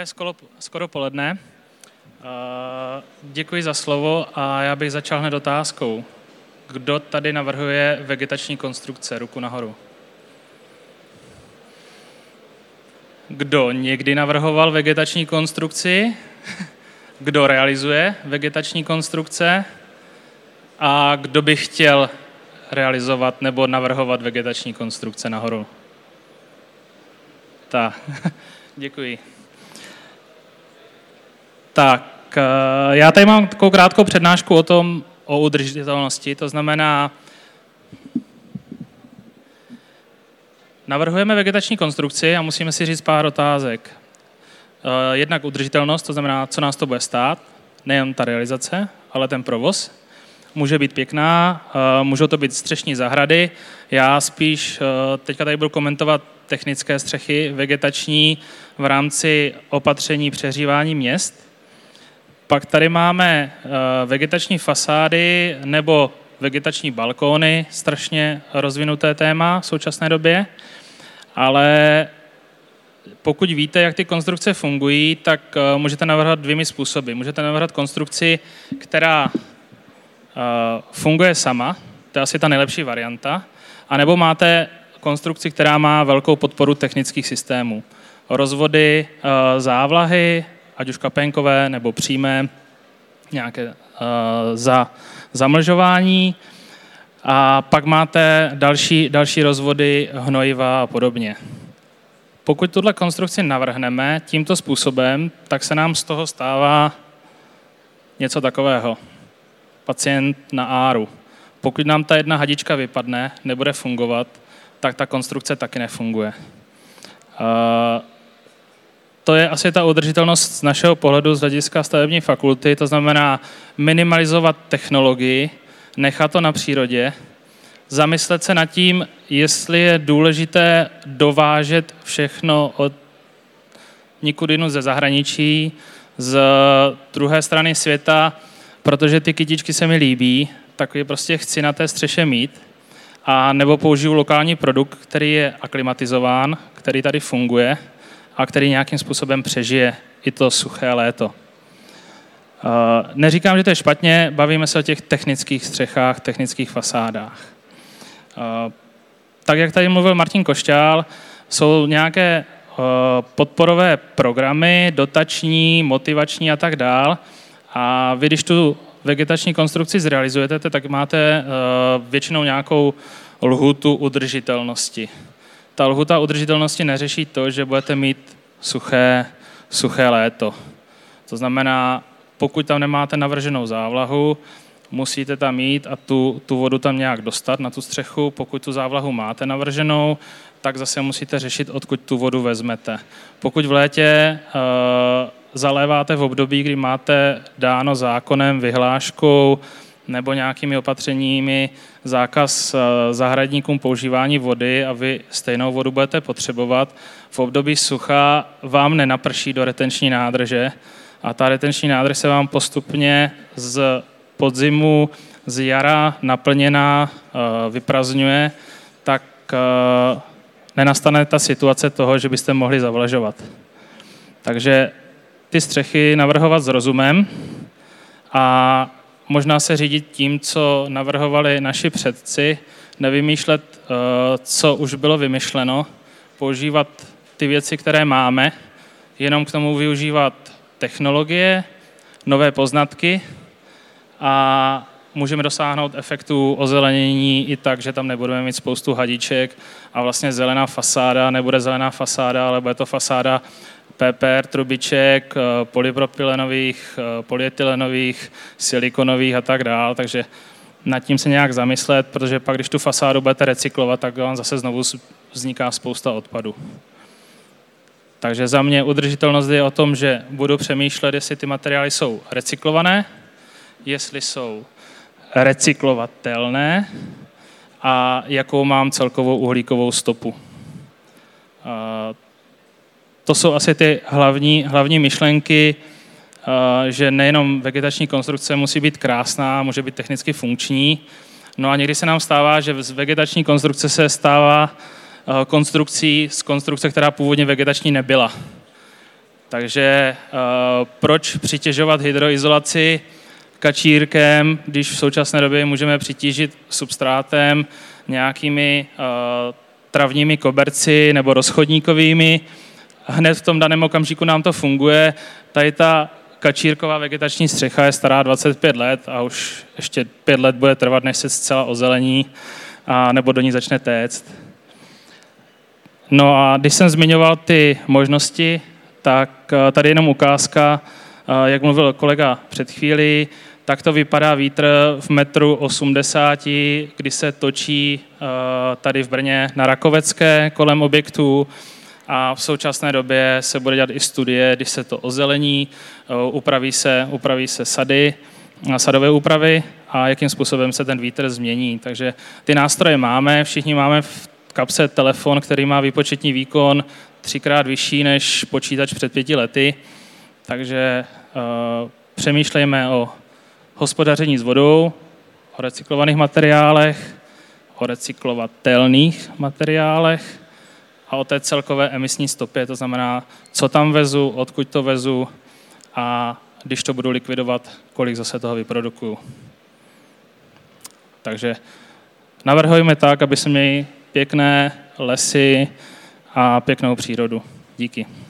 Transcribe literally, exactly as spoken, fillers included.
skoro, skoro poledne. Děkuji za slovo a já bych začal hned otázkou. Kdo tady navrhuje vegetační konstrukce? Ruku nahoru. Kdo někdy navrhoval vegetační konstrukci? Kdo realizuje vegetační konstrukce? A kdo by chtěl realizovat nebo navrhovat vegetační konstrukce nahoru? Tak, děkuji. Tak, já tady mám takovou krátkou přednášku o tom, o udržitelnosti, to znamená, navrhujeme vegetační konstrukci a musíme si říct pár otázek. Jednak udržitelnost, to znamená, co nás to bude stát, nejen ta realizace, ale ten provoz. Může být pěkná, můžou to být střešní zahrady. Já spíš teďka tady budu komentovat technické střechy vegetační v rámci opatření přehřívání měst. Pak tady máme vegetační fasády nebo vegetační balkóny, strašně rozvinuté téma v současné době, ale pokud víte, jak ty konstrukce fungují, tak můžete navrhovat dvěmi způsoby. Můžete navrhovat konstrukci, která funguje sama, to je asi ta nejlepší varianta, anebo máte konstrukci, která má velkou podporu technických systémů. Rozvody závlahy, ať už kapénkové nebo přímé, nějaké za, zamlžování a pak máte další, další rozvody hnojiva a podobně. Pokud tuhle konstrukci navrhneme tímto způsobem, tak se nám z toho stává něco takového. Pacient na áru. Pokud nám ta jedna hadička vypadne, nebude fungovat, tak ta konstrukce taky nefunguje. To je asi ta udržitelnost z našeho pohledu z hlediska stavební fakulty, to znamená minimalizovat technologii, nechat to na přírodě, zamyslet se nad tím, jestli je důležité dovážet všechno od nikudinu ze zahraničí, z druhé strany světa, protože ty kytičky se mi líbí, tak je prostě chci na té střeše mít, a nebo použiju lokální produkt, který je aklimatizován, který tady funguje a který nějakým způsobem přežije i to suché léto. Neříkám, že to je špatně, bavíme se o těch technických střechách, technických fasádách. Tak, jak tady mluvil Martin Košťál, jsou nějaké podporové programy, dotační, motivační a tak dál. A vy, když tu vegetační konstrukci zrealizujete, tak máte většinou nějakou lhůtu udržitelnosti. Ta lhůta udržitelnosti neřeší to, že budete mít suché, suché léto. To znamená, pokud tam nemáte navrženou závlahu, musíte tam jít a tu, tu vodu tam nějak dostat na tu střechu. Pokud tu závlahu máte navrženou, tak zase musíte řešit, odkud tu vodu vezmete. Pokud v létě uh, zaléváte v období, kdy máte dáno zákonem, vyhláškou nebo nějakými opatřeními zákaz zahradníkům používání vody a vy stejnou vodu budete potřebovat, v období sucha vám nenaprší do retenční nádrže a ta retenční nádrž se vám postupně z podzimu, z jara naplněná vyprazňuje, tak nenastane ta situace toho, že byste mohli zavlažovat. Takže ty střechy navrhovat s rozumem a možná se řídit tím, co navrhovali naši předci, nevymýšlet, co už bylo vymyšleno, používat ty věci, které máme, jenom k tomu využívat technologie, nové poznatky a můžeme dosáhnout efektu ozelenění i tak, že tam nebudeme mít spoustu hadiček a vlastně zelená fasáda nebude zelená fasáda, ale bude to fasáda P P R trubiček, polypropylenových, polyetylenových, silikonových a tak dál, takže nad tím se nějak zamyslet, protože pak, když tu fasádu budete recyklovat, tak vám zase znovu vzniká spousta odpadu. Takže za mě udržitelnost je o tom, že budu přemýšlet, jestli ty materiály jsou recyklované, jestli jsou recyklovatelné a jakou mám celkovou uhlíkovou stopu. To jsou asi ty hlavní, hlavní myšlenky, že nejenom vegetační konstrukce musí být krásná, může být technicky funkční. No a někdy se nám stává, že z vegetační konstrukce se stává konstrukcí z konstrukce, která původně vegetační nebyla. Takže uh, proč přitěžovat hydroizolaci kačírkem, když v současné době můžeme přitížit substrátem nějakými uh, travními koberci nebo rozchodníkovými. Hned v tom daném okamžiku nám to funguje. Tady ta kačírková vegetační střecha je stará dvacet pět let a už ještě pět let bude trvat, než se zcela ozelení a nebo do ní začne téct. No a když jsem zmiňoval ty možnosti, tak tady jenom ukázka, jak mluvil kolega před chvílí, tak to vypadá vítr v metru osmdesáti, kdy se točí tady v Brně na Rakovecké kolem objektů a v současné době se bude dělat i studie, když se to ozelení, upraví se, upraví se sady, sadové úpravy a jakým způsobem se ten vítr změní. Takže ty nástroje máme, všichni máme v kapse telefon, který má výpočetní výkon třikrát vyšší než počítač před pěti lety, takže uh, přemýšlejme o hospodaření s vodou, o recyklovaných materiálech, o recyklovatelných materiálech a o té celkové emisní stopě, to znamená, co tam vezu, odkud to vezu a když to budu likvidovat, kolik zase toho vyprodukuju. Takže navrhujeme tak, aby jsme měli pěkné lesy a pěknou přírodu. Díky.